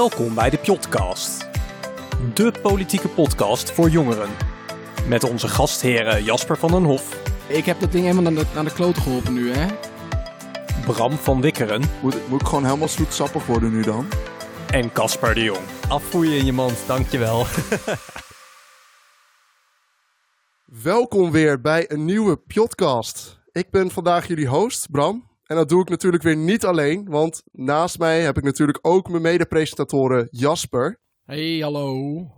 Welkom bij de Pjotcast, de politieke podcast voor jongeren. Met onze gastheren Jasper van den Hof. Ik heb dat ding helemaal naar de kloten geholpen nu, hè? Bram van Wikkeren. Moet ik gewoon helemaal zoetsappig worden nu dan? En Casper de Jong. Afvoeien in je mand, dankjewel. Welkom weer bij een nieuwe Pjotcast. Ik ben vandaag jullie host, Bram. En dat doe ik natuurlijk weer niet alleen, want naast mij heb ik natuurlijk ook mijn mede-presentatoren Jasper. Hey, hallo.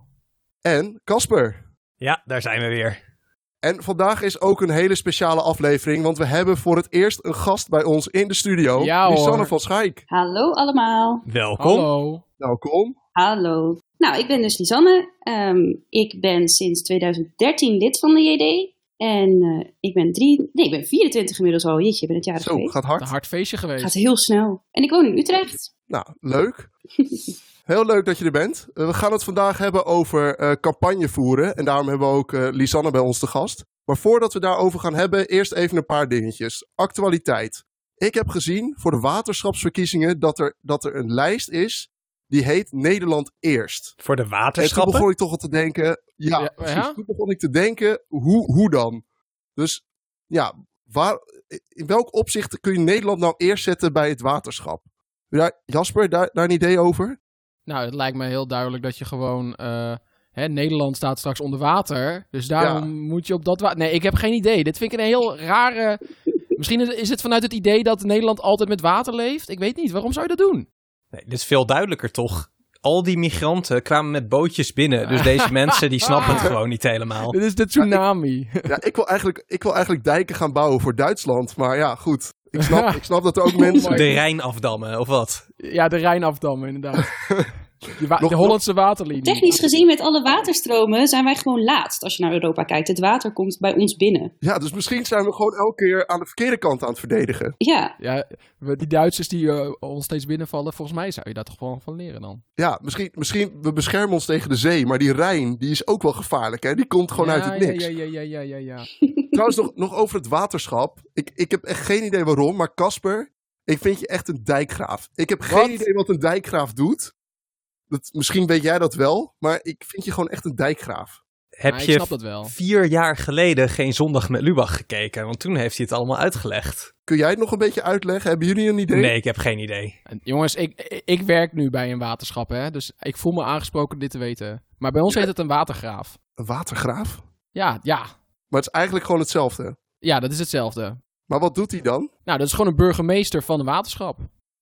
En Casper. Ja, daar zijn we weer. En vandaag is ook een hele speciale aflevering, want we hebben voor het eerst een gast bij ons in de studio. Ja, hoor. Lisanne van Schaik. Hallo allemaal. Welkom. Hallo. Welkom. Hallo. Nou, ik ben dus Lisanne. Ik ben sinds 2013 lid van de JD. En ik ben 24 inmiddels al. Jeetje, ik ben het jarig Zo, geweest. gaat Een hard. hard feestje geweest. Gaat heel snel. En ik woon in Utrecht. Nou, leuk. Heel leuk dat je er bent. We gaan het vandaag hebben over campagne voeren. En daarom hebben we ook Lisanne bij ons te gast. Maar voordat we daarover gaan hebben, eerst even een paar dingetjes. Actualiteit. Ik heb gezien voor de waterschapsverkiezingen dat er een lijst is die heet Nederland Eerst. Voor de En toen waterschappen. begon ik toch al te denken, Ja? Toen begon ik te denken, hoe dan? Dus ja, in welk opzicht kun je Nederland nou eerst zetten bij het waterschap? Jasper, daar een idee over? Nou, het lijkt me heel duidelijk dat je gewoon... Nederland staat straks onder water. Dus daarom moet je op dat water... Nee, ik heb geen idee. Dit vind ik een heel rare... Misschien is het vanuit het idee dat Nederland altijd met water leeft. Ik weet niet. Waarom zou je dat doen? Nee, dit is veel duidelijker toch? Al die migranten kwamen met bootjes binnen. Dus deze mensen die snappen het gewoon niet helemaal. Dit is de tsunami. Ja, ik wil eigenlijk dijken gaan bouwen voor Duitsland. Maar ja, goed. Ik snap dat er ook mensen... De Rijn afdammen, of wat? Ja, de Rijn afdammen, inderdaad. De Hollandse waterlinie. Technisch gezien met alle waterstromen zijn wij gewoon laatst als je naar Europa kijkt. Het water komt bij ons binnen. Ja, dus misschien zijn we gewoon elke keer aan de verkeerde kant aan het verdedigen. Ja. Ja, die Duitsers die ons steeds binnenvallen, volgens mij zou je daar toch gewoon van leren dan. Ja, misschien we beschermen ons tegen de zee. Maar die Rijn, die is ook wel gevaarlijk, hè? Die komt gewoon uit het niks. Ja. Trouwens, nog over het waterschap. Ik heb echt geen idee waarom, maar Casper, ik vind je echt een dijkgraaf. Ik heb geen idee wat een dijkgraaf doet. Misschien weet jij dat wel, maar ik vind je gewoon echt een dijkgraaf. Heb ik je snap dat wel. 4 jaar geleden geen Zondag met Lubach gekeken? Want toen heeft hij het allemaal uitgelegd. Kun jij het nog een beetje uitleggen? Hebben jullie een idee? Nee, ik heb geen idee. En jongens, ik werk nu bij een waterschap, hè, dus ik voel me aangesproken dit te weten. Maar bij ons heet het een watergraaf. Een watergraaf? Ja. Maar het is eigenlijk gewoon hetzelfde. Ja, dat is hetzelfde. Maar wat doet hij dan? Nou, dat is gewoon een burgemeester van een waterschap.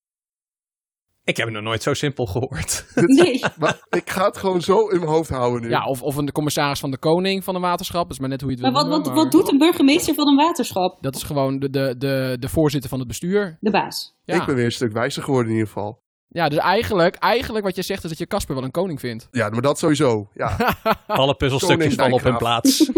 Ik heb het nog nooit zo simpel gehoord. Nee. Maar ik ga het gewoon zo in mijn hoofd houden nu. Ja, of een commissaris van de koning van een waterschap. Dat is maar net hoe je het Maar wil noemen, wat doet een burgemeester van een waterschap? Dat is gewoon de voorzitter van het bestuur. De baas. Ja. Ik ben weer een stuk wijzer geworden in ieder geval. Ja, dus eigenlijk wat je zegt is dat je Casper wel een koning vindt. Ja, maar dat sowieso. Ja. Alle puzzelstukjes vallen op hun plaats.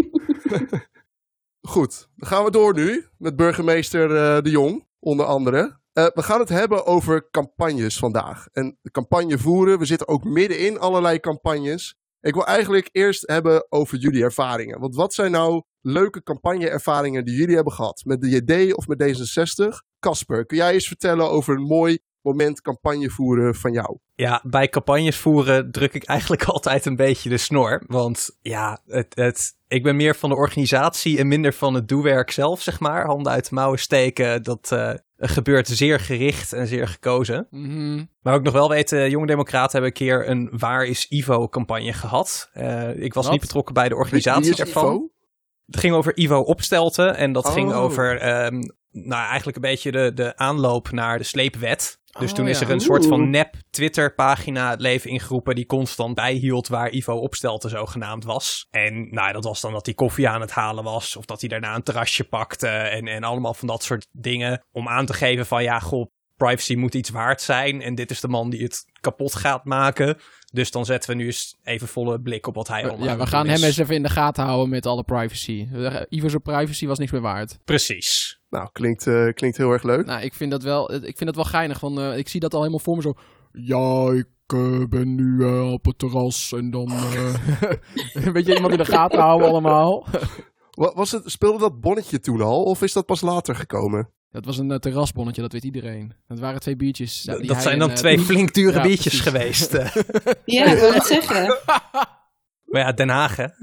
Goed, dan gaan we door nu met burgemeester De Jong, onder andere. We gaan het hebben over campagnes vandaag. En de campagne voeren, we zitten ook midden in allerlei campagnes. Ik wil eigenlijk eerst hebben over jullie ervaringen. Want wat zijn nou leuke campagne-ervaringen die jullie hebben gehad? Met de JD of met D66? Casper, kun jij eens vertellen over een mooi moment campagne voeren van jou? Ja, bij campagnes voeren druk ik eigenlijk altijd een beetje de snor. Want ja, ik ben meer van de organisatie en minder van het doewerk zelf, zeg maar. Handen uit de mouwen steken, dat gebeurt zeer gericht en zeer gekozen. Mhm. Maar ook nog wel weten, Jonge Democraten hebben een keer een Waar is Ivo campagne gehad. Ik was Wat? niet betrokken bij de organisatie Wie is ervan. Ivo? Het ging over Ivo Opstelten en dat ging Oh. over eigenlijk een beetje de aanloop naar de sleepwet. Dus Oh, toen is ja. er een soort van nep Twitter-pagina het leven ingeroepen die constant bijhield waar Ivo Opstelten zogenaamd was. En nou, dat was dan dat hij koffie aan het halen was of dat hij daarna een terrasje pakte en allemaal van dat soort dingen om aan te geven van ja, goh, privacy moet iets waard zijn en dit is de man die het kapot gaat maken. Dus dan zetten we nu eens even volle blik op wat hij allemaal Ja, aan we het gaan doen hem is. eens even in de gaten houden met alle privacy. Ivo's privacy was niks meer waard. Precies. Nou, klinkt heel erg leuk. Nou, ik vind dat wel geinig. Ik zie dat al helemaal voor me zo. Ja, ik ben nu op het terras en dan... Weet je, iemand in de gaten houden allemaal. Speelde dat bonnetje toen al of is dat pas later gekomen? Dat was een terrasbonnetje, dat weet iedereen. Dat waren 2 biertjes. Dat zijn dan 2 flink dure biertjes geweest. Ja, ik wil het zeggen. Maar ja, Den Haag, hè?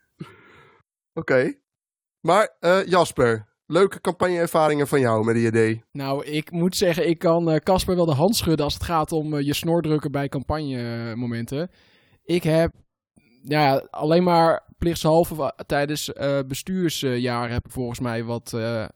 Oké. Maar Jasper, leuke campagneervaringen van jou met de JD? Nou, ik moet zeggen, ik kan Casper wel de hand schudden als het gaat om je snor drukken bij campagnemomenten. Ik heb alleen maar plichtshalve tijdens bestuursjaren heb ik volgens mij wat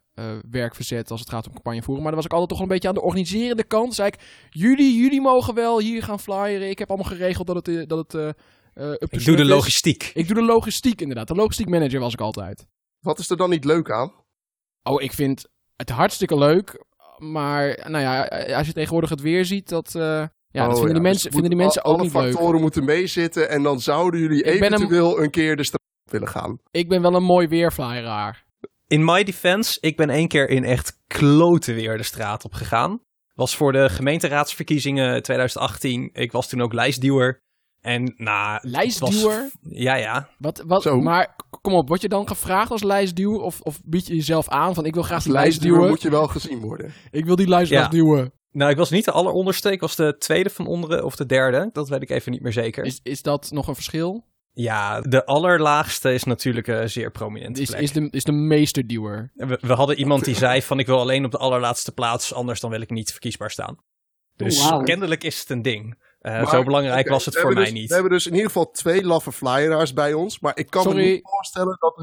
werk verzet als het gaat om campagne voeren. Maar dan was ik altijd toch een beetje aan de organiserende kant. Dan zei ik, jullie mogen wel hier gaan flyeren. Ik heb allemaal geregeld dat het ik doe de logistiek. Ik doe de logistiek inderdaad. De logistiek manager was ik altijd. Wat is er dan niet leuk aan? Oh, ik vind het hartstikke leuk. Maar nou ja, als je tegenwoordig het weer ziet, dat vinden die mensen ook niet leuk. Alle factoren moeten meezitten en dan zouden jullie eventueel een keer de straat op willen gaan. Ik ben wel een mooi weerflyeraar. In my defense, ik ben 1 keer in echt klote weer de straat op gegaan. Was voor de gemeenteraadsverkiezingen 2018. Ik was toen ook lijstduwer. En lijstduwer? Ja. Wat? Zo. Maar kom op, word je dan gevraagd als lijstduwer? Of bied je jezelf aan van ik wil graag Als die lijst duwen? moet je wel gezien worden. Ik wil die lijst graag duwen. Nou, ik was niet de alleronderste. Ik was de 2e van onderen of de 3e. Dat weet ik even niet meer zeker. Is dat nog een verschil? Ja, de allerlaagste is natuurlijk een zeer prominente plek. Is de meesterduwer. We hadden iemand die zei van ik wil alleen op de allerlaatste plaats, anders dan wil ik niet verkiesbaar staan. Dus kennelijk is het een ding. Zo belangrijk was het voor mij niet. We hebben dus in ieder geval 2 laffe flyeraars bij ons. Maar ik kan me niet voorstellen dat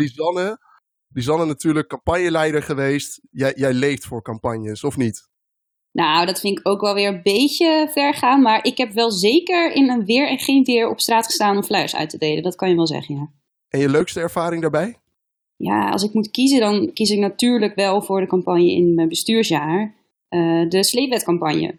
Lisanne natuurlijk campagneleider geweest. Jij leeft voor campagnes, of niet? Nou, dat vind ik ook wel weer een beetje ver gaan. Maar ik heb wel zeker in een weer en geen weer op straat gestaan om flyers uit te delen. Dat kan je wel zeggen, ja. En je leukste ervaring daarbij? Ja, als ik moet kiezen, dan kies ik natuurlijk wel voor de campagne in mijn bestuursjaar. De sleepwetcampagne.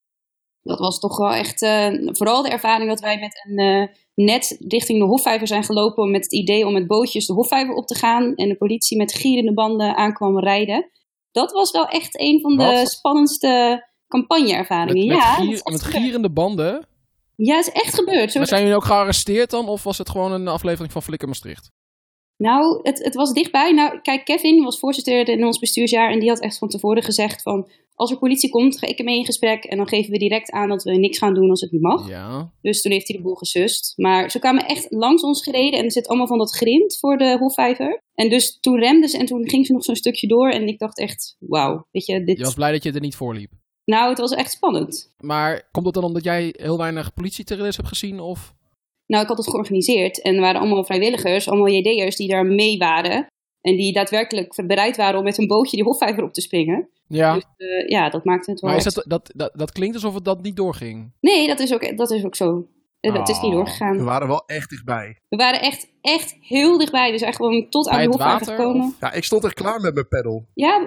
Dat was toch wel echt vooral de ervaring dat wij met een net richting de Hofvijver zijn gelopen met het idee om met bootjes de Hofvijver op te gaan en de politie met gierende banden aankwam rijden. Dat was wel echt een van de spannendste campagne-ervaringen. Met gierende banden? Ja, het is echt gebeurd. Maar zijn jullie ook gearresteerd dan? Of was het gewoon een aflevering van Flikker Maastricht? Nou, het was dichtbij. Nou, kijk, Kevin was voorzitter in ons bestuursjaar en die had echt van tevoren gezegd van als er politie komt, ga ik ermee in gesprek en dan geven we direct aan dat we niks gaan doen als het niet mag. Ja. Dus toen heeft hij de boel gesust. Maar ze kwamen echt langs ons gereden en er zit allemaal van dat grind voor de Hofvijver. En dus toen remden ze en toen ging ze nog zo'n stukje door en ik dacht echt, wauw, weet je, dit... Je was blij dat je er niet voor liep? Nou, het was echt spannend. Maar komt het dan omdat jij heel weinig politieterrorist hebt gezien, of... Nou, ik had het georganiseerd en er waren allemaal vrijwilligers, allemaal JD'ers die daar mee waren. En die daadwerkelijk bereid waren om met een bootje die Hofvijver op te springen. Ja. Dus dat maakte het wel... Maar is dat klinkt alsof het dat niet doorging. Nee, dat is ook zo. Het is niet doorgegaan. We waren wel echt dichtbij. We waren echt heel dichtbij. Dus eigenlijk gewoon tot aan de Hofvijver gekomen. Of... Ja, ik stond echt klaar met mijn peddel. Ja.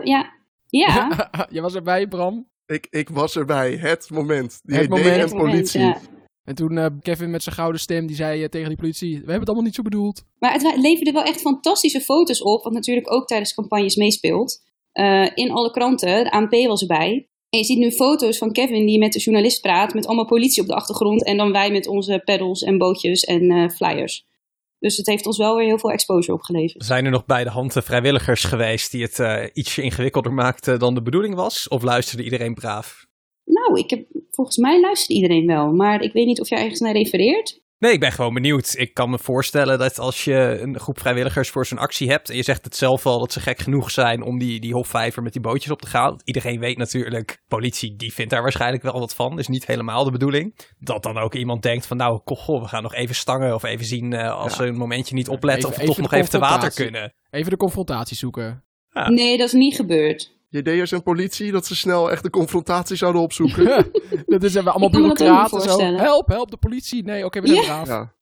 Jij was erbij, Bram? Ik was erbij. Het moment. Het moment. En politie. Ja. En toen Kevin met zijn gouden stem, die zei tegen die politie, we hebben het allemaal niet zo bedoeld. Maar het leverde wel echt fantastische foto's op, wat natuurlijk ook tijdens campagnes meespeelt. In alle kranten, de ANP was erbij. En je ziet nu foto's van Kevin die met de journalist praat, met allemaal politie op de achtergrond. En dan wij met onze peddels en bootjes en flyers. Dus het heeft ons wel weer heel veel exposure opgeleverd. Zijn er nog bij de hand vrijwilligers geweest die het ietsje ingewikkelder maakten dan de bedoeling was? Of luisterde iedereen braaf? Nou, volgens mij luistert iedereen wel. Maar ik weet niet of jij ergens naar refereert. Nee, ik ben gewoon benieuwd. Ik kan me voorstellen dat als je een groep vrijwilligers voor zo'n actie hebt... en je zegt het zelf al dat ze gek genoeg zijn om die Hofvijver met die bootjes op te gaan. Iedereen weet natuurlijk, politie die vindt daar waarschijnlijk wel wat van. Is niet helemaal de bedoeling. Dat dan ook iemand denkt van nou, we gaan nog even stangen of even zien als ze een momentje niet opletten... of we toch nog even te water kunnen. Even de confrontatie zoeken. Ja. Nee, dat is niet gebeurd. JD'ers en politie, dat ze snel echt de confrontatie zouden opzoeken. Dat is allemaal bureaucraten zo. Help de politie. Nee, oké, we zijn braaf. Ja.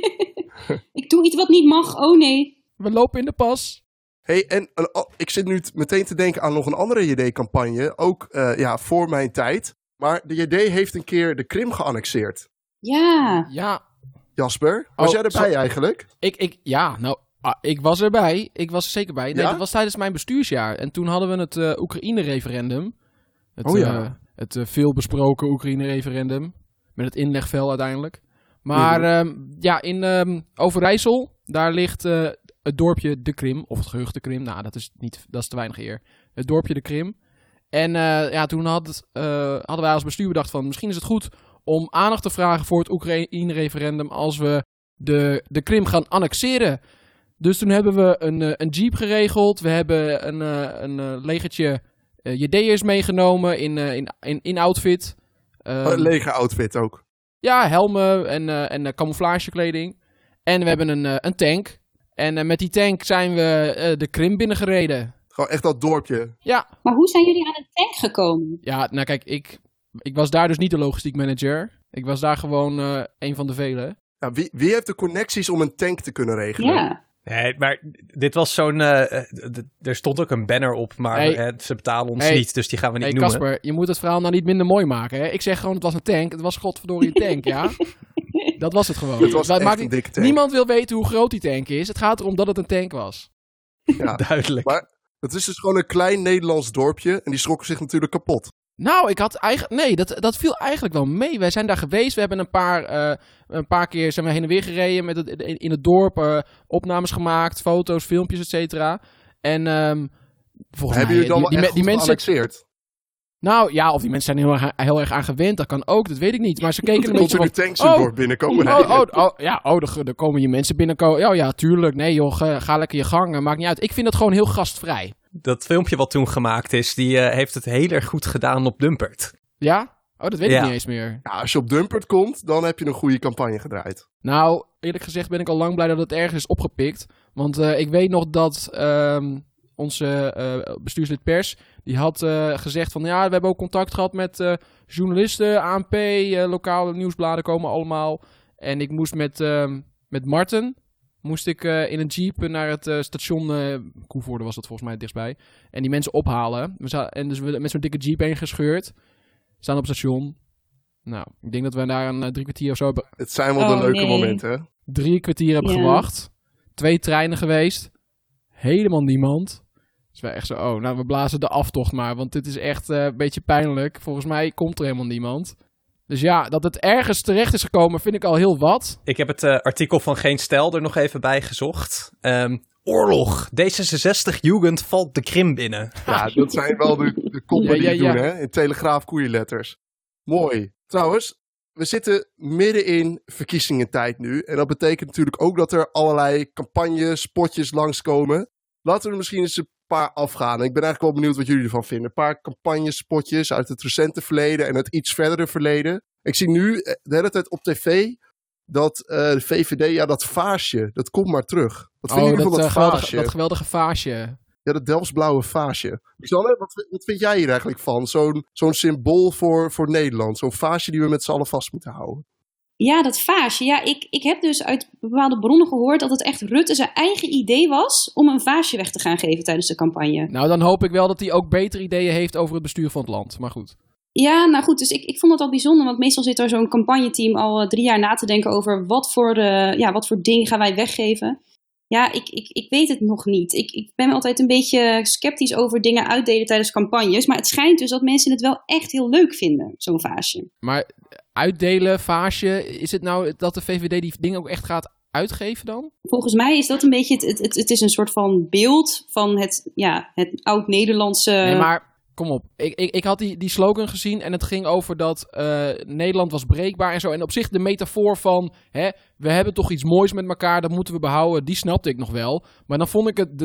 Ik doe iets wat niet mag. Oh nee. We lopen in de pas. Hey, en ik zit nu meteen te denken aan nog een andere JD-campagne. Ook voor mijn tijd. Maar de JD heeft een keer de Krim geannexeerd. Ja. Jasper, was jij erbij eigenlijk? Ik was erbij. Ik was er zeker bij. Nee, dat was tijdens mijn bestuursjaar. En toen hadden we het Oekraïne-referendum. Het veelbesproken Oekraïne-referendum. Met het inlegvel uiteindelijk. Maar in Overijssel, daar ligt het dorpje De Krim. Of het gehucht De Krim. Nou, dat is te weinig eer. Het dorpje De Krim. En toen hadden wij als bestuur bedacht van... misschien is het goed om aandacht te vragen voor het Oekraïne-referendum... als we de Krim gaan annexeren. Dus toen hebben we een jeep geregeld. We hebben een legertje JD'ers meegenomen in outfit. Een leger-outfit ook. Ja, helmen en camouflagekleding. En we hebben een tank. En met die tank zijn we de Krim binnengereden. Gewoon echt dat dorpje. Ja. Maar hoe zijn jullie aan een tank gekomen? Ja, nou kijk, ik was daar dus niet de logistiek manager. Ik was daar gewoon een van de velen. Ja, wie heeft de connecties om een tank te kunnen regelen? Ja. Nee, maar dit was zo'n... er stond ook een banner op, maar ze betalen ons niet, dus die gaan we niet noemen. Casper, je moet het verhaal nou niet minder mooi maken. Hè? Ik zeg gewoon, het was een tank. Het was godverdorie een tank, ja? Dat was het gewoon. Het was echt een dikke tank. Niemand wil weten hoe groot die tank is. Het gaat erom dat het een tank was. Ja, duidelijk. Maar het is dus gewoon een klein Nederlands dorpje en die schrokken zich natuurlijk kapot. Nou, ik had eigenlijk... Nee, dat viel eigenlijk wel mee. Wij zijn daar geweest. We hebben een paar keer zijn we heen en weer gereden in het dorp. Opnames gemaakt, foto's, filmpjes, et cetera. En volgens hebben mij... jullie dan wel echt goed geannexeerd? Nou ja, of die mensen zijn heel erg aan gewend. Dat kan ook, dat weet ik niet. Maar ze keken een beetje van... Tot er nu tanks in dorp binnenkomen. Er komen je mensen binnenkomen. Oh ja, tuurlijk. Nee joh, ga lekker je gang. Maakt niet uit. Ik vind dat gewoon heel gastvrij. Dat filmpje wat toen gemaakt is, die heeft het heel erg goed gedaan op Dumpert. Ja? Oh, dat weet ik niet eens meer. Ja, als je op Dumpert komt, dan heb je een goede campagne gedraaid. Nou, eerlijk gezegd ben ik al lang blij dat het ergens is opgepikt. Want ik weet nog dat onze bestuurslid pers, die had gezegd van... Ja, we hebben ook contact gehad met journalisten, ANP, lokale nieuwsbladen komen allemaal. En ik moest met Marten... in een jeep naar het station... Koevoorde was dat volgens mij dichtstbij. En die mensen ophalen. Dus we met zo'n dikke jeep heen gescheurd. Staan op het station. Nou, ik denk dat we daar een 3 kwartier of zo hebben... Het zijn wel de leuke momenten, hè? 3 kwartier hebben gewacht. 2 treinen geweest. Helemaal niemand. Dus wij echt zo, we blazen de aftocht maar. Want dit is echt een beetje pijnlijk. Volgens mij komt er helemaal niemand. Dus ja, dat het ergens terecht is gekomen, vind ik al heel wat. Ik heb het artikel van Geen Stijl er nog even bij gezocht. Oorlog. D66-Jugend valt de Krim binnen. Ja, dat zijn wel de koppen die doen, hè? In Telegraaf koeienletters. Mooi. Trouwens, we zitten midden in verkiezingentijd nu. En dat betekent natuurlijk ook dat er allerlei campagnes, spotjes langskomen. Laten we er misschien eens een paar afgaan. En ik ben eigenlijk wel benieuwd wat jullie ervan vinden. Een paar campagnespotjes uit het recente verleden en het iets verdere verleden. Ik zie nu de hele tijd op tv dat de VVD, dat vaasje, dat komt maar terug. Wat vinden jullie van dat vaasje? Dat geweldige vaasje. Ja, dat Delftsblauwe vaasje. Sanne, wat vind jij hier eigenlijk van? Zo'n symbool voor Nederland. Zo'n vaasje die we met z'n allen vast moeten houden. Ja, dat vaasje. Ja, ik heb dus uit bepaalde bronnen gehoord dat het echt Rutte zijn eigen idee was om een vaasje weg te gaan geven tijdens de campagne. Nou, dan hoop ik wel dat hij ook betere ideeën heeft over het bestuur van het land. Maar goed. Ja, nou goed, dus ik vond het al bijzonder, want meestal zit er zo'n campagneteam al 3 jaar na te denken over wat voor ding gaan wij weggeven. Ja, ik weet het nog niet. Ik ben altijd een beetje sceptisch over dingen uitdelen tijdens campagnes. Maar het schijnt dus dat mensen het wel echt heel leuk vinden, zo'n vaasje. Maar uitdelen, vaasje, is het nou dat de VVD die dingen ook echt gaat uitgeven dan? Volgens mij is dat een beetje, het is een soort van beeld van het oud-Nederlandse... Nee, maar kom op. Ik had die slogan gezien en het ging over dat Nederland was breekbaar en zo. En op zich de metafoor van, we hebben toch iets moois met elkaar, dat moeten we behouden, die snapte ik nog wel. Maar dan vond ik het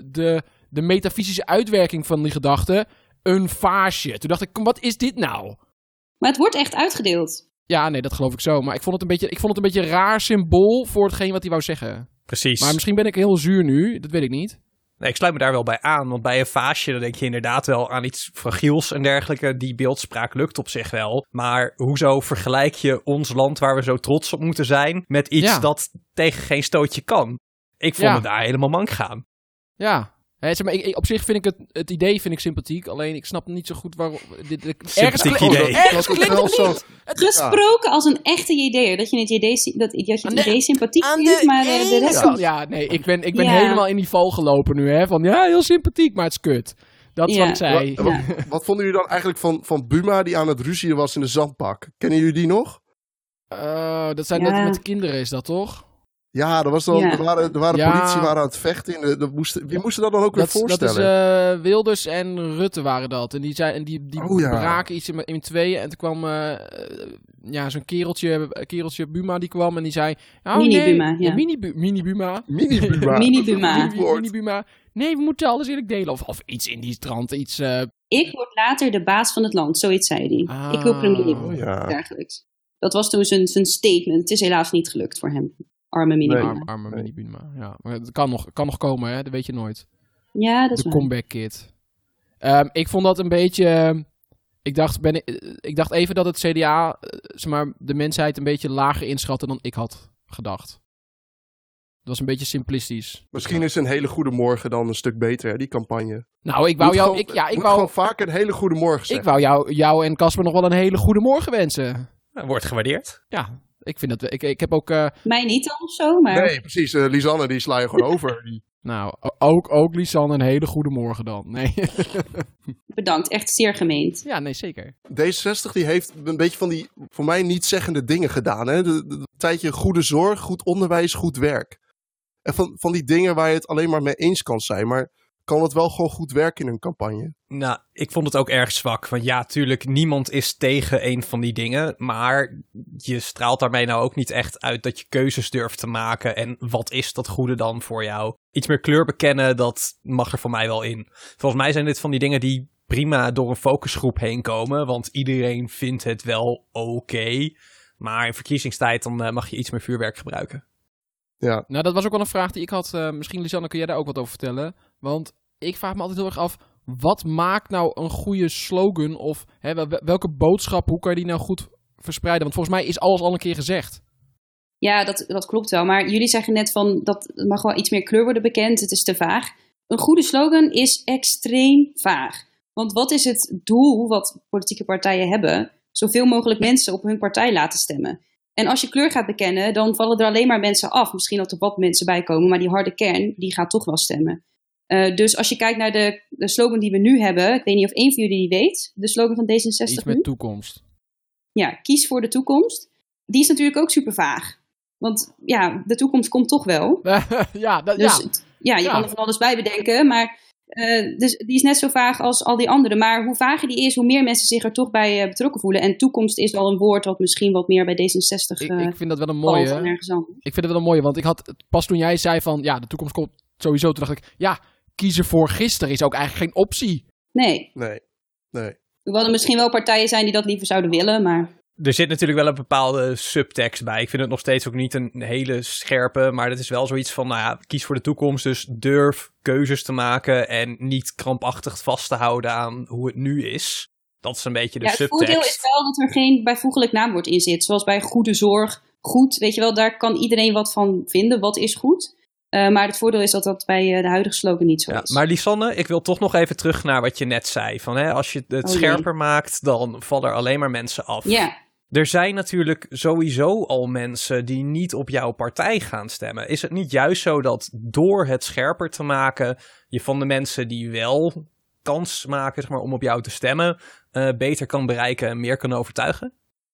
de metafysische uitwerking van die gedachte een vaasje. Toen dacht ik, wat is dit nou? Maar het wordt echt uitgedeeld. Ja, nee, dat geloof ik zo. Maar ik vond het een beetje een raar symbool voor hetgeen wat hij wou zeggen. Precies. Maar misschien ben ik heel zuur nu, dat weet ik niet. Nee, ik sluit me daar wel bij aan, want bij een vaasje dan denk je inderdaad wel aan iets fragiels en dergelijke. Die beeldspraak lukt op zich wel. Maar hoezo vergelijk je ons land waar we zo trots op moeten zijn met iets dat tegen geen stootje kan? Ik vond het daar helemaal mank gaan. Ja. Zeg maar, op zich vind ik het idee sympathiek, alleen ik snap niet zo goed waarom... Sympathiek idee. Ergens klinkt het niet. Gesproken als een echte JD'er, dat je het idee sympathiek vindt, maar de rest niet. Ja, nee, ik ben helemaal in die val gelopen nu, hè, van heel sympathiek, maar het is kut. Dat is wat ik zei. Wat vonden jullie dan eigenlijk van Buma die aan het ruzien was in de zandbak? Kennen jullie die nog? Dat zijn met kinderen, is dat toch? Ja, er waren politie waren aan het vechten. Wie moesten dat dan ook weer voorstellen? Dat is Wilders en Rutte waren dat. En die braken iets in tweeën. En toen kwam zo'n kereltje Buma die kwam en die zei... Mini-Buma, ja. Mini-Buma. Mini-Buma. Nee, we moeten alles eerlijk delen. Of iets in die trant. Ik word later de baas van het land, zoiets zei hij. Ik wil premier dergelijks. Dat was toen zijn statement. Het is helaas niet gelukt voor hem. Arme Mini-Buma. Nee, arme Mini-Buma, ja. Maar het kan nog komen, hè? Dat weet je nooit. Ja, dat is de comeback kid. Ik vond dat een beetje... Ik dacht even dat het CDA, de mensheid een beetje lager inschatte dan ik had gedacht. Dat was een beetje simplistisch. Misschien is een hele goede morgen dan een stuk beter, hè, die campagne. Nou, ik wou gewoon vaak een hele goede morgen zeggen. Ik wou jou en Casper nog wel een hele goede morgen wensen. Wordt gewaardeerd. Ja, ik vind dat... Ik heb ook... Mij niet dan of zo, maar... Nee, precies. Lisanne, die sla je gewoon over. Nou, ook Lisanne een hele goede morgen dan. Nee. Bedankt, echt zeer gemeend. Ja, nee, zeker. D66 die heeft een beetje van die, voor mij niet zeggende dingen gedaan. Hè? Een tijdje goede zorg, goed onderwijs, goed werk. En van die dingen waar je het alleen maar mee eens kan zijn. Maar kan het wel gewoon goed werken in een campagne? Nou, ik vond het ook erg zwak. Want ja, tuurlijk, niemand is tegen een van die dingen. Maar je straalt daarmee nou ook niet echt uit dat je keuzes durft te maken. En wat is dat goede dan voor jou? Iets meer kleur bekennen, dat mag er voor mij wel in. Volgens mij zijn dit van die dingen die prima door een focusgroep heen komen. Want iedereen vindt het wel oké. Maar in verkiezingstijd dan mag je iets meer vuurwerk gebruiken. Ja. Nou, dat was ook wel een vraag die ik had. Misschien, Lisanne, kun jij daar ook wat over vertellen? Want ik vraag me altijd heel erg af, wat maakt nou een goede slogan? Of welke boodschap, hoe kan je die nou goed verspreiden? Want volgens mij is alles al een keer gezegd. Ja, dat klopt wel. Maar jullie zeggen net van, dat mag wel iets meer kleur worden bekend. Het is te vaag. Een goede slogan is extreem vaag. Want wat is het doel wat politieke partijen hebben? Zoveel mogelijk mensen op hun partij laten stemmen. En als je kleur gaat bekennen, dan vallen er alleen maar mensen af. Misschien dat er wat mensen bij komen, maar die harde kern, die gaat toch wel stemmen. Dus als je kijkt naar de slogan die we nu hebben, ik weet niet of één van jullie die weet, de slogan van D66 Iets met toekomst. Ja, kies voor de toekomst. Die is natuurlijk ook super vaag. Want ja, de toekomst komt toch wel. Je kan er van alles bij bedenken, maar dus die is net zo vaag als al die andere. Maar hoe vager die is, hoe meer mensen zich er toch bij betrokken voelen. En toekomst is al een woord wat misschien wat meer bij D66 ik vind dat wel een mooie. Ik vind het wel een mooie, want ik had pas toen jij zei van ja, de toekomst komt sowieso, toen dacht ik, ja, kiezen voor gisteren is ook eigenlijk geen optie. Nee. Er willen misschien wel partijen zijn die dat liever zouden willen, maar... Er zit natuurlijk wel een bepaalde subtekst bij. Ik vind het nog steeds ook niet een hele scherpe, maar het is wel zoiets van, nou ja, kies voor de toekomst, dus durf keuzes te maken en niet krampachtig vast te houden aan hoe het nu is. Dat is een beetje de subtekst. Het voordeel is wel dat er geen bijvoeglijk naamwoord in zit, zoals bij goede zorg, goed, weet je wel, daar kan iedereen wat van vinden, wat is goed. Maar het voordeel is dat bij de huidige slogan niet zo is. Maar Lisanne, ik wil toch nog even terug naar wat je net zei. Van, als je het scherper maakt, dan vallen er alleen maar mensen af. Ja. Er zijn natuurlijk sowieso al mensen die niet op jouw partij gaan stemmen. Is het niet juist zo dat door het scherper te maken, je van de mensen die wel kans maken, zeg maar, om op jou te stemmen, beter kan bereiken en meer kan overtuigen?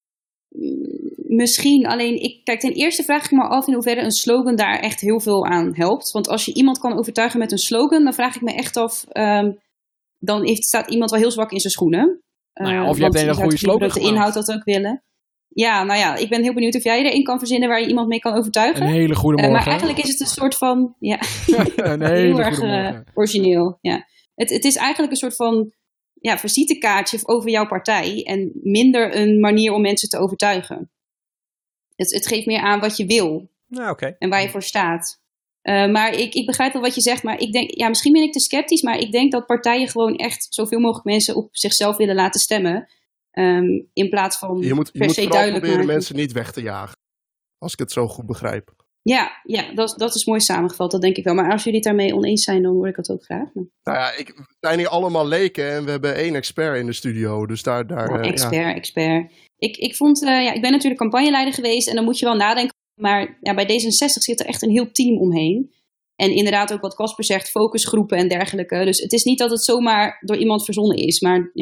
Misschien, alleen ten eerste vraag ik me af in hoeverre een slogan daar echt heel veel aan helpt. Want als je iemand kan overtuigen met een slogan, dan vraag ik me echt af, dan staat iemand wel heel zwak in zijn schoenen. Of je hebt een hele goede slogan dat de inhoud dat ook willen. Ja, nou ja, ik ben heel benieuwd of jij er één kan verzinnen waar je iemand mee kan overtuigen. Een hele goede morgen. Maar eigenlijk is het een soort van, een hele heel erg origineel. Ja. Het is eigenlijk een soort van visitekaartje over jouw partij en minder een manier om mensen te overtuigen. Het geeft meer aan wat je wil en waar je voor staat. Maar ik begrijp wel wat je zegt, maar ik denk, misschien ben ik te sceptisch, maar ik denk dat partijen gewoon echt zoveel mogelijk mensen op zichzelf willen laten stemmen. In plaats van je moet per se duidelijk proberen maken. mensen niet weg te jagen. Als ik het zo goed begrijp. Ja, dat is mooi samengevat, dat denk ik wel. Maar als jullie het daarmee oneens zijn, dan hoor ik het ook graag. Nou ja, we zijn hier allemaal leken en we hebben 1 expert in de studio. Dus daar expert. Ik vond, ik ben natuurlijk campagneleider geweest en dan moet je wel nadenken. Maar bij D66 zit er echt een heel team omheen. En inderdaad ook wat Casper zegt, focusgroepen en dergelijke. Dus het is niet dat het zomaar door iemand verzonnen is. Maar ja,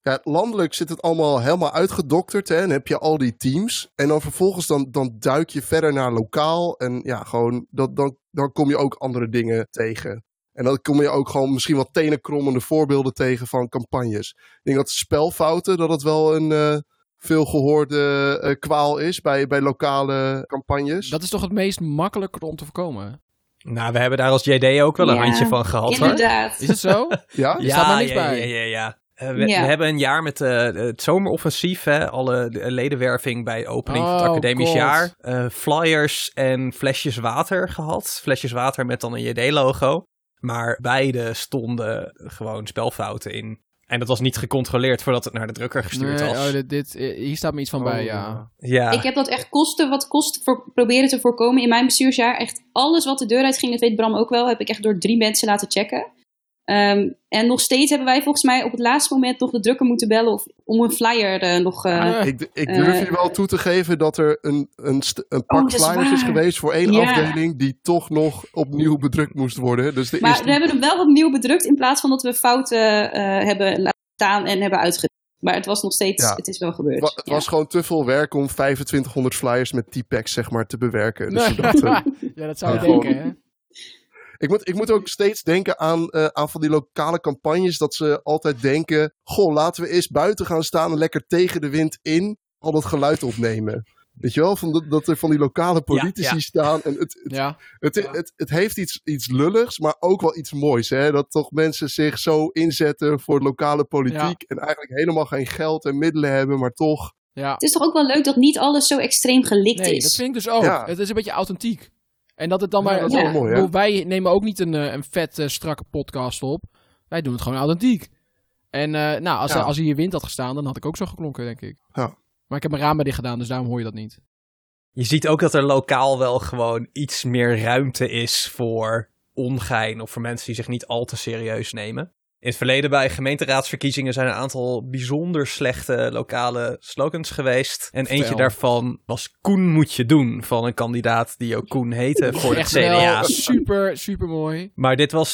Ja, landelijk zit het allemaal helemaal uitgedokterd. Hè? En heb je al die teams. En dan vervolgens dan duik je verder naar lokaal. En ja, gewoon dan kom je ook andere dingen tegen. En dan kom je ook gewoon misschien wat tenenkrommende voorbeelden tegen van campagnes. Ik denk dat spelfouten, dat het wel een veel gehoorde kwaal is bij lokale campagnes. Dat is toch het meest makkelijker om te voorkomen? Nou, we hebben daar als JD ook wel een handje van gehad, inderdaad. hoor. Is het zo? Ja? Er staat maar niks bij. Ja. We hebben een jaar met het zomeroffensief, hè, alle ledenwerving bij opening van het academisch jaar. Flyers en flesjes water gehad. Flesjes water met dan een JD-logo. Maar beide stonden gewoon spelfouten in. En dat was niet gecontroleerd voordat het naar de drukker gestuurd was. Hier staat me iets van bij, ja. Ik heb dat echt kost proberen te voorkomen in mijn bestuursjaar. Echt alles wat de deur uit ging, dat weet Bram ook wel, heb ik echt door 3 mensen laten checken. En nog steeds hebben wij volgens mij op het laatste moment nog de drukker moeten bellen om een flyer nog... Ik durf je wel toe te geven dat er een pak flyers is geweest voor 1 afdeling die toch nog opnieuw bedrukt moest worden. Dus we hebben hem wel opnieuw bedrukt in plaats van dat we fouten hebben laten staan en hebben uitgedrukt. Maar het was nog steeds, het is wel gebeurd. Het was gewoon te veel werk om 2500 flyers met T-packs zeg maar te bewerken. Dus ja, dat zou ik denken, hè? Ik moet ook steeds denken aan van die lokale campagnes. Dat ze altijd denken, goh, laten we eens buiten gaan staan en lekker tegen de wind in al dat geluid opnemen. Weet je wel, dat er van die lokale politici staan. En het heeft iets lulligs, maar ook wel iets moois. Hè? Dat toch mensen zich zo inzetten voor lokale politiek. En eigenlijk helemaal geen geld en middelen hebben, maar toch. Ja. Het is toch ook wel leuk dat niet alles zo extreem gelikt is. Nee, dat vind ik dus ook. Ja. Het is een beetje authentiek. En dat het dan maar... dat is wel mooi, hè? Wij nemen ook niet een vet strakke podcast op. Wij doen het gewoon authentiek. En als hier wind had gestaan, dan had ik ook zo geklonken, denk ik. Ja. Maar ik heb mijn ramen dicht gedaan, dus daarom hoor je dat niet. Je ziet ook dat er lokaal wel gewoon iets meer ruimte is voor ongein of voor mensen die zich niet al te serieus nemen. In het verleden bij gemeenteraadsverkiezingen zijn een aantal bijzonder slechte lokale slogans geweest. En eentje daarvan was Koen moet je doen, van een kandidaat die ook Koen heette voor het CDA. Super, super mooi. Maar dit was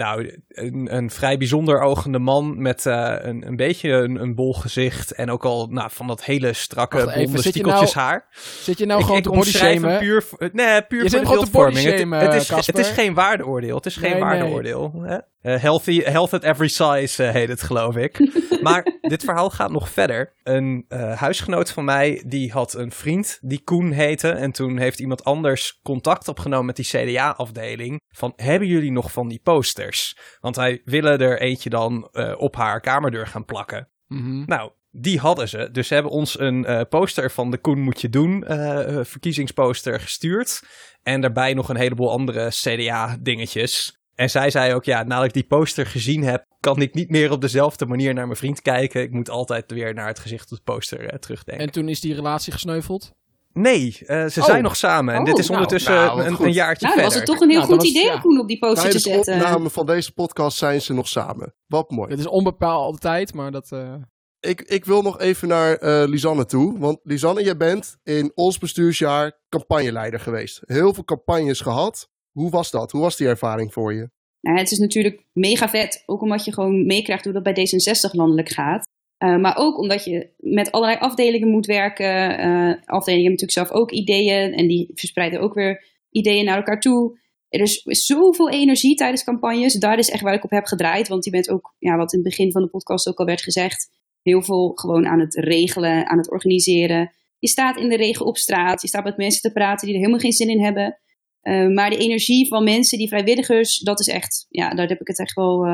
een vrij bijzonder ogende man met een beetje een bol gezicht. En ook al van dat hele strakke blonde stiekeltjes haar. Zit je nou gewoon te bodyshamen? Puur voor de beeldvorming. Het is geen waardeoordeel. Het is geen waardeoordeel. Hè? Health at every size heet het, geloof ik. Maar dit verhaal gaat nog verder. Een huisgenoot van mij, die had een vriend die Koen heette. En toen heeft iemand anders contact opgenomen met die CDA-afdeling. Van, hebben jullie nog van die posters? Want hij willen er eentje dan op haar kamerdeur gaan plakken. Mm-hmm. Nou, die hadden ze. Dus ze hebben ons een poster van de Koen moet je doen verkiezingsposter gestuurd. En daarbij nog een heleboel andere CDA-dingetjes. En zij zei ook, nadat ik die poster gezien heb, kan ik niet meer op dezelfde manier naar mijn vriend kijken. Ik moet altijd weer naar het gezicht op de poster terugdenken. En toen is die relatie gesneuveld? Nee, ze zijn nog samen. En dit is ondertussen een jaartje verder. Was het toch een heel goed idee om Koen op die poster te zetten. Bij de opname van deze podcast zijn ze nog samen. Wat mooi. Het is onbepaald tijd, maar dat... Ik wil nog even naar Lisanne toe. Want Lisanne, jij bent in ons bestuursjaar campagneleider geweest. Heel veel campagnes gehad. Hoe was dat? Hoe was die ervaring voor je? Nou, het is natuurlijk mega vet. Ook omdat je gewoon meekrijgt hoe dat bij D66 landelijk gaat. Maar ook omdat je met allerlei afdelingen moet werken. Afdelingen hebben natuurlijk zelf ook ideeën. En die verspreiden ook weer ideeën naar elkaar toe. Er is zoveel energie tijdens campagnes. Daar is echt waar ik op heb gedraaid. Want je bent ook, wat in het begin van de podcast ook al werd gezegd, heel veel gewoon aan het regelen, aan het organiseren. Je staat in de regen op straat. Je staat met mensen te praten die er helemaal geen zin in hebben. Maar de energie van mensen, die vrijwilligers, dat is echt, daar heb ik het echt wel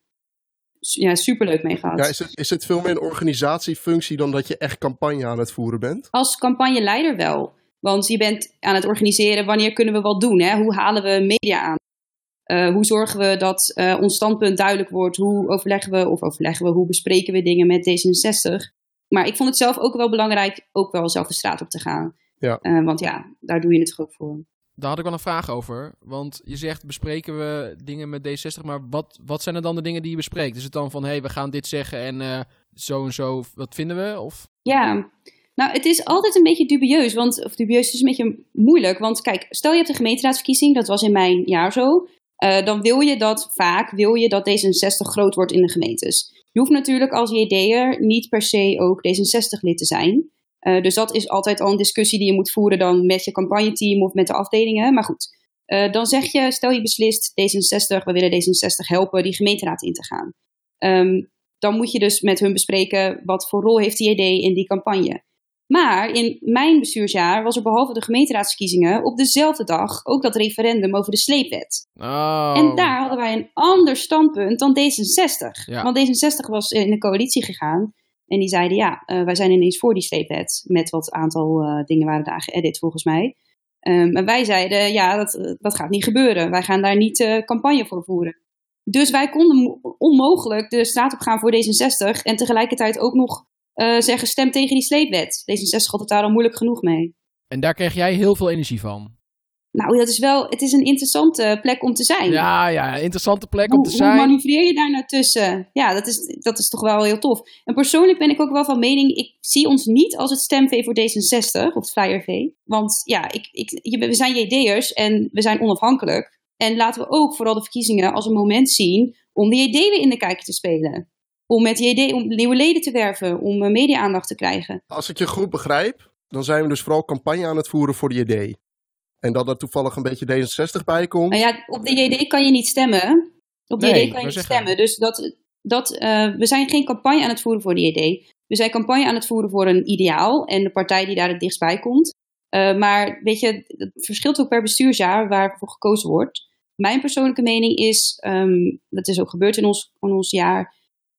superleuk mee gehad. Ja, is het veel meer een organisatiefunctie dan dat je echt campagne aan het voeren bent? Als campagneleider wel. Want je bent aan het organiseren, wanneer kunnen we wat doen? Hè? Hoe halen we media aan? Hoe zorgen we dat ons standpunt duidelijk wordt? Hoe bespreken we dingen met D66? Maar ik vond het zelf ook wel belangrijk, ook wel zelf de straat op te gaan. Ja. Want daar doe je het ook voor. Daar had ik wel een vraag over. Want je zegt, bespreken we dingen met D60, maar wat zijn er dan de dingen die je bespreekt? Is het dan van, we gaan dit zeggen en zo, wat vinden we? Of? Ja, nou, het is altijd een beetje dubieus. Dubieus is een beetje moeilijk. Want kijk, stel je hebt een gemeenteraadsverkiezing, dat was in mijn jaar zo. dan wil je dat D66 groot wordt in de gemeentes. Je hoeft natuurlijk als JD'er niet per se ook D66-lid te zijn. Dus dat is altijd al een discussie die je moet voeren dan met je campagneteam of met de afdelingen. Maar goed, dan zeg je, stel je beslist D66, we willen D66 helpen die gemeenteraad in te gaan. Dan moet je dus met hun bespreken wat voor rol heeft de JD in die campagne. Maar in mijn bestuursjaar was er behalve de gemeenteraadsverkiezingen op dezelfde dag ook dat referendum over de sleepwet. Oh. En daar hadden wij een ander standpunt dan D66. Ja. Want D66 was in de coalitie gegaan en die zeiden wij zijn ineens voor die sleepwet. Met wat aantal dingen waren daar geëdit volgens mij. En wij zeiden dat gaat niet gebeuren. Wij gaan daar niet campagne voor voeren. Dus wij konden onmogelijk de straat op gaan voor D66 en tegelijkertijd ook nog zeggen stem tegen die sleepwet. D66 had het daar al moeilijk genoeg mee. En daar kreeg jij heel veel energie van. Nou, het is een interessante plek om te zijn. Ja, interessante plek om te zijn. Hoe manoeuvreer je daar nou tussen? Ja, dat is toch wel heel tof. En persoonlijk ben ik ook wel van mening, ik zie ons niet als het stemvee voor D66 of het flyervee. Want we zijn JD'ers en we zijn onafhankelijk. En laten we ook vooral de verkiezingen als een moment zien om de JD weer in de kijker te spelen. Om met JD om nieuwe leden te werven, om media-aandacht te krijgen. Als ik je goed begrijp, dan zijn we dus vooral campagne aan het voeren voor de JD. En dat er toevallig een beetje D66 bij komt. Nou ja, op de JD kan je niet stemmen. Dus we zijn geen campagne aan het voeren voor de JD. We zijn campagne aan het voeren voor een ideaal en de partij die daar het dichtst bij komt. Maar weet je, het verschilt ook per bestuursjaar waarvoor gekozen wordt. Mijn persoonlijke mening is, dat is ook gebeurd in ons jaar,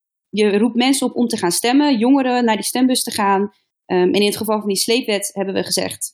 je roept mensen op om te gaan stemmen, jongeren naar die stembus te gaan. En in het geval van die sleepwet hebben we gezegd,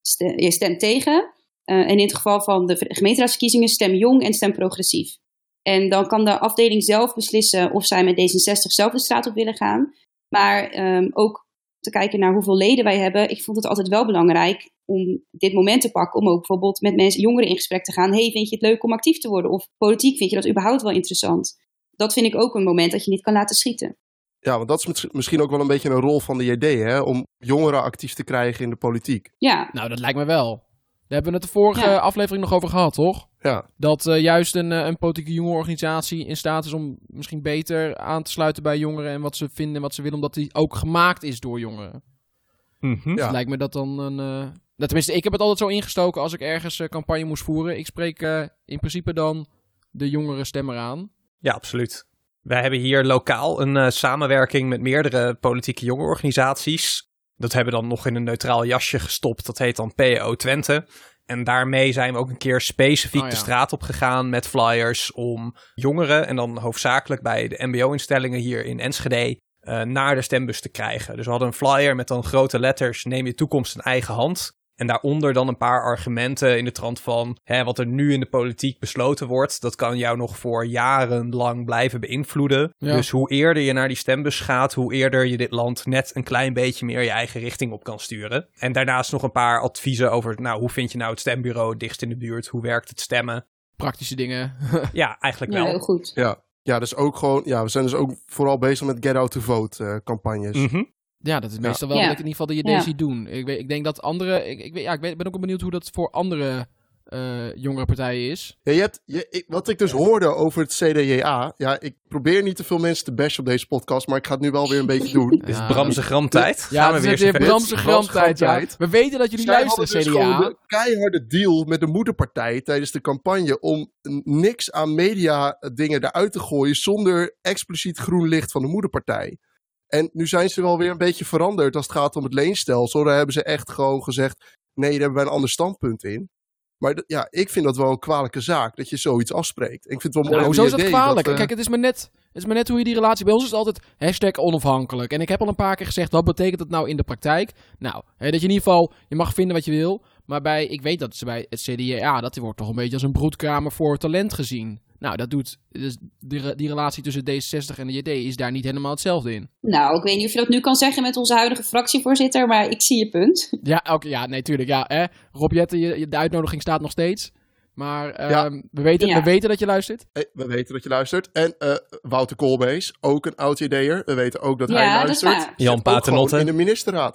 je stemt tegen. En in het geval van de gemeenteraadsverkiezingen, stem jong en stem progressief. En dan kan de afdeling zelf beslissen of zij met D66 zelf de straat op willen gaan. Maar ook te kijken naar hoeveel leden wij hebben. Ik vond het altijd wel belangrijk om dit moment te pakken. Om ook bijvoorbeeld met jongeren in gesprek te gaan. Hey, vind je het leuk om actief te worden? Of politiek, vind je dat überhaupt wel interessant? Dat vind ik ook een moment dat je niet kan laten schieten. Ja, want dat is misschien ook wel een beetje een rol van de JD, hè? Om jongeren actief te krijgen in de politiek. Ja. Nou, dat lijkt me wel. Daar hebben we het de vorige aflevering nog over gehad, toch? Ja. Dat juist een politieke jongerenorganisatie in staat is om misschien beter aan te sluiten bij jongeren en wat ze vinden en wat ze willen, omdat die ook gemaakt is door jongeren. Mm-hmm. Dus lijkt me dat dan tenminste, ik heb het altijd zo ingestoken als ik ergens campagne moest voeren. Ik spreek in principe dan de jongere stemmer aan. Ja, absoluut. Wij hebben hier lokaal een samenwerking met meerdere politieke jongerenorganisaties. Dat hebben we dan nog in een neutraal jasje gestopt. Dat heet dan PO Twente. En daarmee zijn we ook een keer specifiek de straat op gegaan met flyers om jongeren, en dan hoofdzakelijk bij de mbo-instellingen hier in Enschede, naar de stembus te krijgen. Dus we hadden een flyer met dan grote letters, neem je toekomst in eigen hand. En daaronder dan een paar argumenten in de trant van wat er nu in de politiek besloten wordt, dat kan jou nog voor jarenlang blijven beïnvloeden. Ja. Dus hoe eerder je naar die stembus gaat, hoe eerder je dit land net een klein beetje meer je eigen richting op kan sturen. En daarnaast nog een paar adviezen over, hoe vind je nou het stembureau dichtst in de buurt? Hoe werkt het stemmen? Praktische dingen. Ja, eigenlijk wel. Ja, heel goed. Ja, dus ook gewoon, we zijn dus ook vooral bezig met get out to vote campagnes. Mm-hmm. Ja, dat is meestal wel wat ik in ieder geval de JD zie doen. Ik denk dat andere... Ik ben ook benieuwd hoe dat voor andere jongere partijen is. Ja, wat ik dus hoorde over het CDJA... Ja, ik probeer niet te veel mensen te bashen op deze podcast, maar ik ga het nu wel weer een beetje doen. Is het Bramse Gramtijd? Ja, het is weer Bramse Gramtijd. Ja. We weten dat jullie luisteren, CDA. Dus gewoon de keiharde deal met de moederpartij tijdens de campagne om niks aan media dingen eruit te gooien zonder expliciet groen licht van de moederpartij. En nu zijn ze wel weer een beetje veranderd als het gaat om het leenstelsel. Daar hebben ze echt gewoon gezegd, nee, daar hebben wij een ander standpunt in. Maar ik vind dat wel een kwalijke zaak, dat je zoiets afspreekt. En ik vind het wel mooi. Hoezo is dat kwalijk? Kijk, het is maar net hoe je die relatie... Bij ons is het altijd #onafhankelijk. En ik heb al een paar keer gezegd, wat betekent dat nou in de praktijk? Nou, dat je in ieder geval, je mag vinden wat je wil. Maar ik weet dat ze bij het CDA, dat wordt toch een beetje als een broedkamer voor talent gezien. Nou, dat doet... Dus die relatie tussen D66 en de JD is daar niet helemaal hetzelfde in. Nou, ik weet niet of je dat nu kan zeggen met onze huidige fractievoorzitter, maar ik zie je punt. Ja, nee, tuurlijk. Ja, Rob Jetten, de uitnodiging staat nog steeds. Maar we weten dat je luistert. We weten dat je luistert. En Wouter Koolmees, ook een oud JD'er. We weten ook dat hij luistert. Dat is waar. Jan Paternotte. In de ministerraad.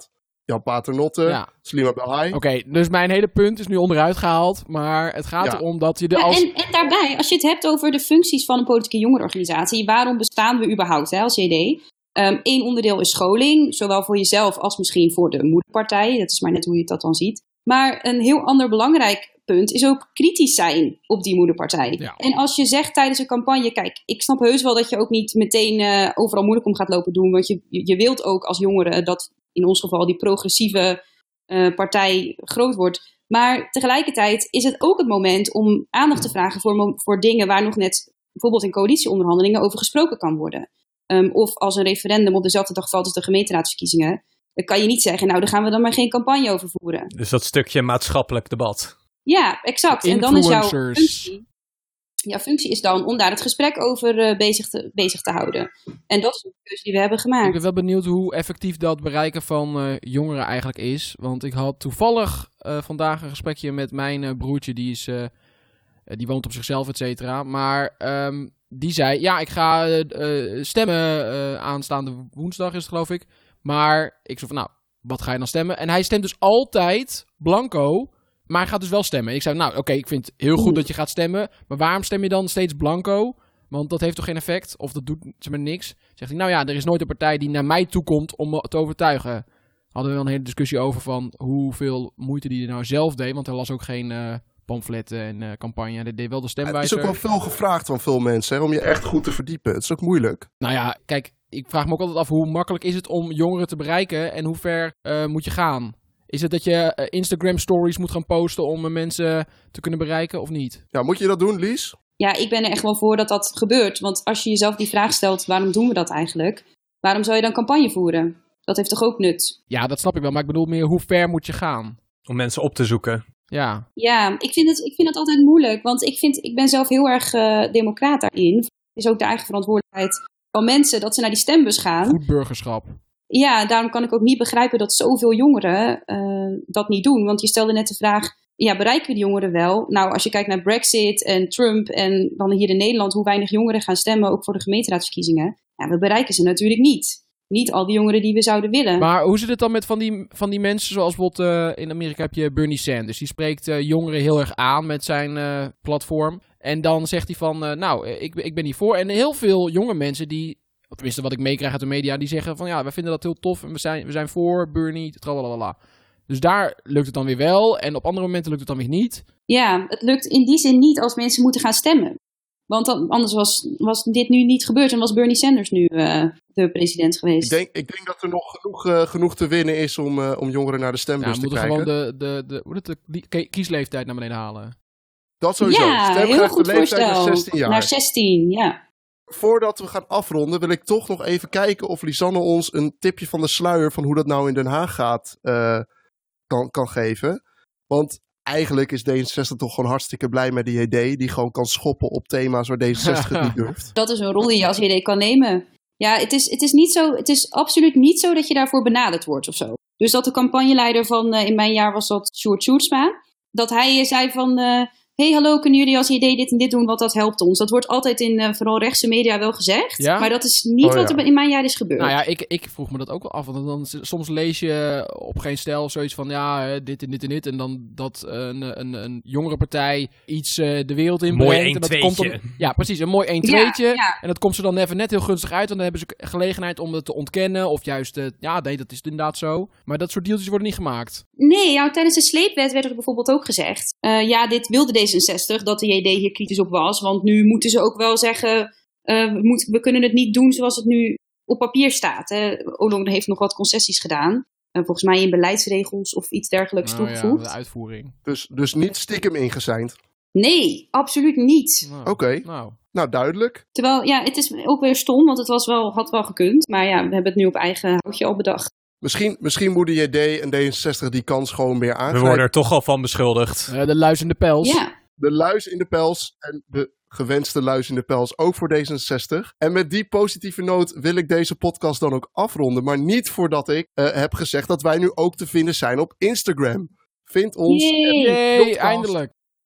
Jan Paternotte, Slima Belhaj. Oké, dus mijn hele punt is nu onderuit gehaald. Maar het gaat erom dat je en daarbij, als je het hebt over de functies van een politieke jongerenorganisatie, waarom bestaan we überhaupt als JD? Eén onderdeel is scholing, zowel voor jezelf als misschien voor de moederpartij. Dat is maar net hoe je dat dan ziet. Maar een heel ander belangrijk punt is ook kritisch zijn op die moederpartij. Ja. En als je zegt tijdens een campagne, kijk, ik snap heus wel dat je ook niet meteen overal moeilijk om gaat lopen doen. Want je wilt ook als jongere dat in ons geval die progressieve partij groot wordt. Maar tegelijkertijd is het ook het moment om aandacht te vragen voor dingen waar nog net bijvoorbeeld in coalitieonderhandelingen over gesproken kan worden. Of als een referendum op dezelfde dag valt als de gemeenteraadsverkiezingen. Dan kan je niet zeggen, nou, daar gaan we dan maar geen campagne over voeren. Dus dat stukje maatschappelijk debat. Ja, exact. En dan is jouw functie is dan om daar het gesprek over bezig te houden. En dat is een keuze die we hebben gemaakt. Ik ben wel benieuwd hoe effectief dat bereiken van jongeren eigenlijk is. Want ik had toevallig vandaag een gesprekje met mijn broertje. Die woont op zichzelf, et cetera. Maar die zei, ja, ik ga stemmen aanstaande woensdag is het, geloof ik. Maar ik zei van, nou, wat ga je dan stemmen? En hij stemt dus altijd blanco, maar hij gaat dus wel stemmen. Ik zei, nou, oké, ik vind het heel goed dat je gaat stemmen. Maar waarom stem je dan steeds blanco? Want dat heeft toch geen effect? Of dat doet ze maar niks? Zegt hij, nou ja, er is nooit een partij die naar mij toe komt om me te overtuigen. Hadden we wel een hele discussie over van hoeveel moeite die er nou zelf deed. Want hij las ook geen pamfletten en campagne. Hij deed wel de stemwijzer. Het is ook wel veel gevraagd van veel mensen, hè, om je echt goed te verdiepen. Het is ook moeilijk. Nou ja, kijk, ik vraag me ook altijd af hoe makkelijk is het om jongeren te bereiken en hoe ver moet je gaan? Is het dat je Instagram stories moet gaan posten om mensen te kunnen bereiken of niet? Ja, moet je dat doen, Lies? Ja, ik ben er echt wel voor dat dat gebeurt. Want als je jezelf die vraag stelt, waarom doen we dat eigenlijk? Waarom zou je dan campagne voeren? Dat heeft toch ook nut? Ja, dat snap ik wel. Maar ik bedoel meer, hoe ver moet je gaan? Om mensen op te zoeken. Ja, ik vind het altijd moeilijk. Want ik ben zelf heel erg democraat daarin. Het is ook de eigen verantwoordelijkheid van mensen dat ze naar die stembus gaan. Goed burgerschap. Ja, daarom kan ik ook niet begrijpen dat zoveel jongeren dat niet doen. Want je stelde net de vraag, ja, bereiken we die jongeren wel? Nou, als je kijkt naar Brexit en Trump en dan hier in Nederland, hoe weinig jongeren gaan stemmen, ook voor de gemeenteraadsverkiezingen. Ja, we bereiken ze natuurlijk niet. Niet al die jongeren die we zouden willen. Maar hoe zit het dan met van die mensen, zoals bijvoorbeeld in Amerika heb je Bernie Sanders. Die spreekt jongeren heel erg aan met zijn platform. En dan zegt hij van, ik ben hiervoor. En heel veel jonge mensen die, tenminste wat ik meekrijg uit de media, die zeggen van, ja, wij vinden dat heel tof en we zijn voor Bernie, tralalala. Dus daar lukt het dan weer wel en op andere momenten lukt het dan weer niet. Ja, het lukt in die zin niet als mensen moeten gaan stemmen. Want anders was dit nu niet gebeurd en was Bernie Sanders nu de president geweest. Ik denk dat er nog genoeg te winnen is om jongeren naar de stembus te krijgen. We moeten gewoon de kiesleeftijd naar beneden halen. Dat sowieso. Ja, heel goed voorstel. Naar 16 jaar. Naar 16, ja. Voordat we gaan afronden wil ik toch nog even kijken of Lisanne ons een tipje van de sluier van hoe dat nou in Den Haag gaat kan geven. Want eigenlijk is D66 toch gewoon hartstikke blij met die JD die gewoon kan schoppen op thema's waar D66 het niet durft. Dat is een rol die je als JD kan nemen. Ja, het is absoluut niet zo dat je daarvoor benaderd wordt of zo. Dus dat de campagneleider van, in mijn jaar was dat Sjoerd Sjoerdsma, dat hij zei van, hey, hallo, kunnen jullie als JD dit en dit doen, want dat helpt ons. Dat wordt altijd in vooral rechtse media wel gezegd, ja? Maar dat is niet wat er in mijn jaar is gebeurd. Nou ja, ik vroeg me dat ook wel af, want dan soms lees je op geen stijl zoiets van, ja, dit en dit en dit, en dan dat een jongere partij iets de wereld inbrengt. Mooi 1-2'tje. Ja, precies, een mooi 1-2'tje. Ja. En dat komt ze dan even net heel gunstig uit, en dan hebben ze gelegenheid om het te ontkennen, of juist, nee, dat is inderdaad zo. Maar dat soort deeltjes worden niet gemaakt. Nee, nou, tijdens de sleepwet werd er bijvoorbeeld ook gezegd, ja, dit wilde D66, dat de JD hier kritisch op was. Want nu moeten ze ook wel zeggen, we kunnen het niet doen zoals het nu op papier staat. Ollongren heeft nog wat concessies gedaan. Volgens mij in beleidsregels of iets dergelijks toegevoegd. Ja, de uitvoering. Dus niet stiekem ingezeind? Nee, absoluut niet. Oké. Nou, duidelijk. Terwijl, ja, het is ook weer stom, want het had wel gekund. Maar ja, we hebben het nu op eigen houtje al bedacht. Misschien moet de JD en D66 die kans gewoon meer aangrijpen. We worden er toch al van beschuldigd. De luis in de pels. Ja. De luis in de pels en de gewenste luis in de pels ook voor D66. En met die positieve noot wil ik deze podcast dan ook afronden. Maar niet voordat ik heb gezegd dat wij nu ook te vinden zijn op Instagram. Vind ons. Yay, eindelijk.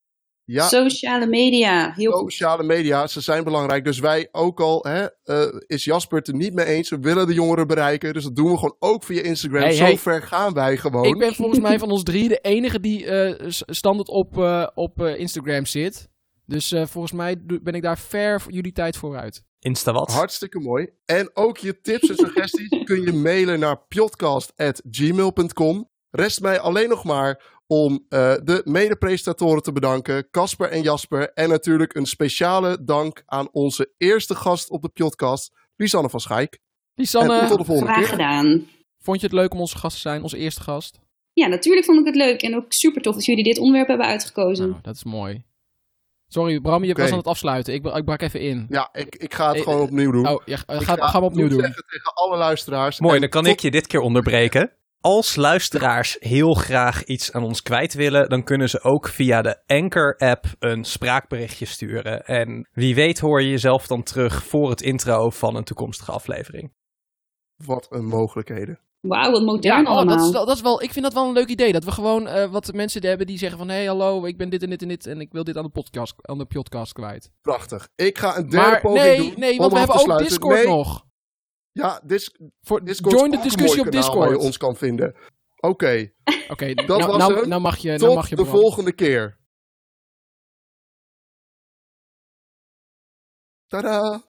Ja, Sociale media, heel goed. sociale media, ze zijn belangrijk. Dus wij ook al, is Jasper het er niet mee eens. We willen de jongeren bereiken. Dus dat doen we gewoon ook via Instagram. Zo ver gaan wij gewoon. Ik ben volgens mij van ons 3 de enige die standaard op Instagram zit. Dus volgens mij ben ik daar ver jullie tijd vooruit. Insta wat? Hartstikke mooi. En ook je tips en suggesties kun je mailen naar podcast@gmail.com. Rest mij alleen nog maar om de mede-presentatoren te bedanken, Casper en Jasper. En natuurlijk een speciale dank aan onze eerste gast op de podcast, Lisanne van Schaik. Lisanne, en tot de volgende Graag keer. gedaan. vond je het leuk om onze gast te zijn, onze eerste gast? Ja, natuurlijk vond ik het leuk. En ook super tof dat jullie dit onderwerp hebben uitgekozen. Nou, dat is mooi. Sorry, Bram, je was aan het afsluiten. Ik brak even in. Ja, ik ga het gewoon opnieuw doen. Oh, ga hem opnieuw doen. Zeggen tegen alle luisteraars. Mooi, En dan kan ik je dit keer onderbreken. Als luisteraars heel graag iets aan ons kwijt willen, dan kunnen ze ook via de Anchor-app een spraakberichtje sturen. En wie weet hoor je jezelf dan terug voor het intro van een toekomstige aflevering. Wat een mogelijkheden. Wauw, wat modern Ja, allemaal. dat is wel, ik vind dat wel een leuk idee. Dat we gewoon wat mensen hebben die zeggen van... Hey, hallo, ik ben dit en dit en dit en ik wil dit aan de podcast kwijt. Prachtig. Ik ga een derde poging doen. Nee, want om we af te hebben ook sluiten. Discord Nee. nog. Ja, Discord Join is de ook discussie een op mooi kanaal waar je Discord. ons kan vinden. Oké, Oké, dat was hem. nou mag je. tot de Bram. volgende keer. Tadaa!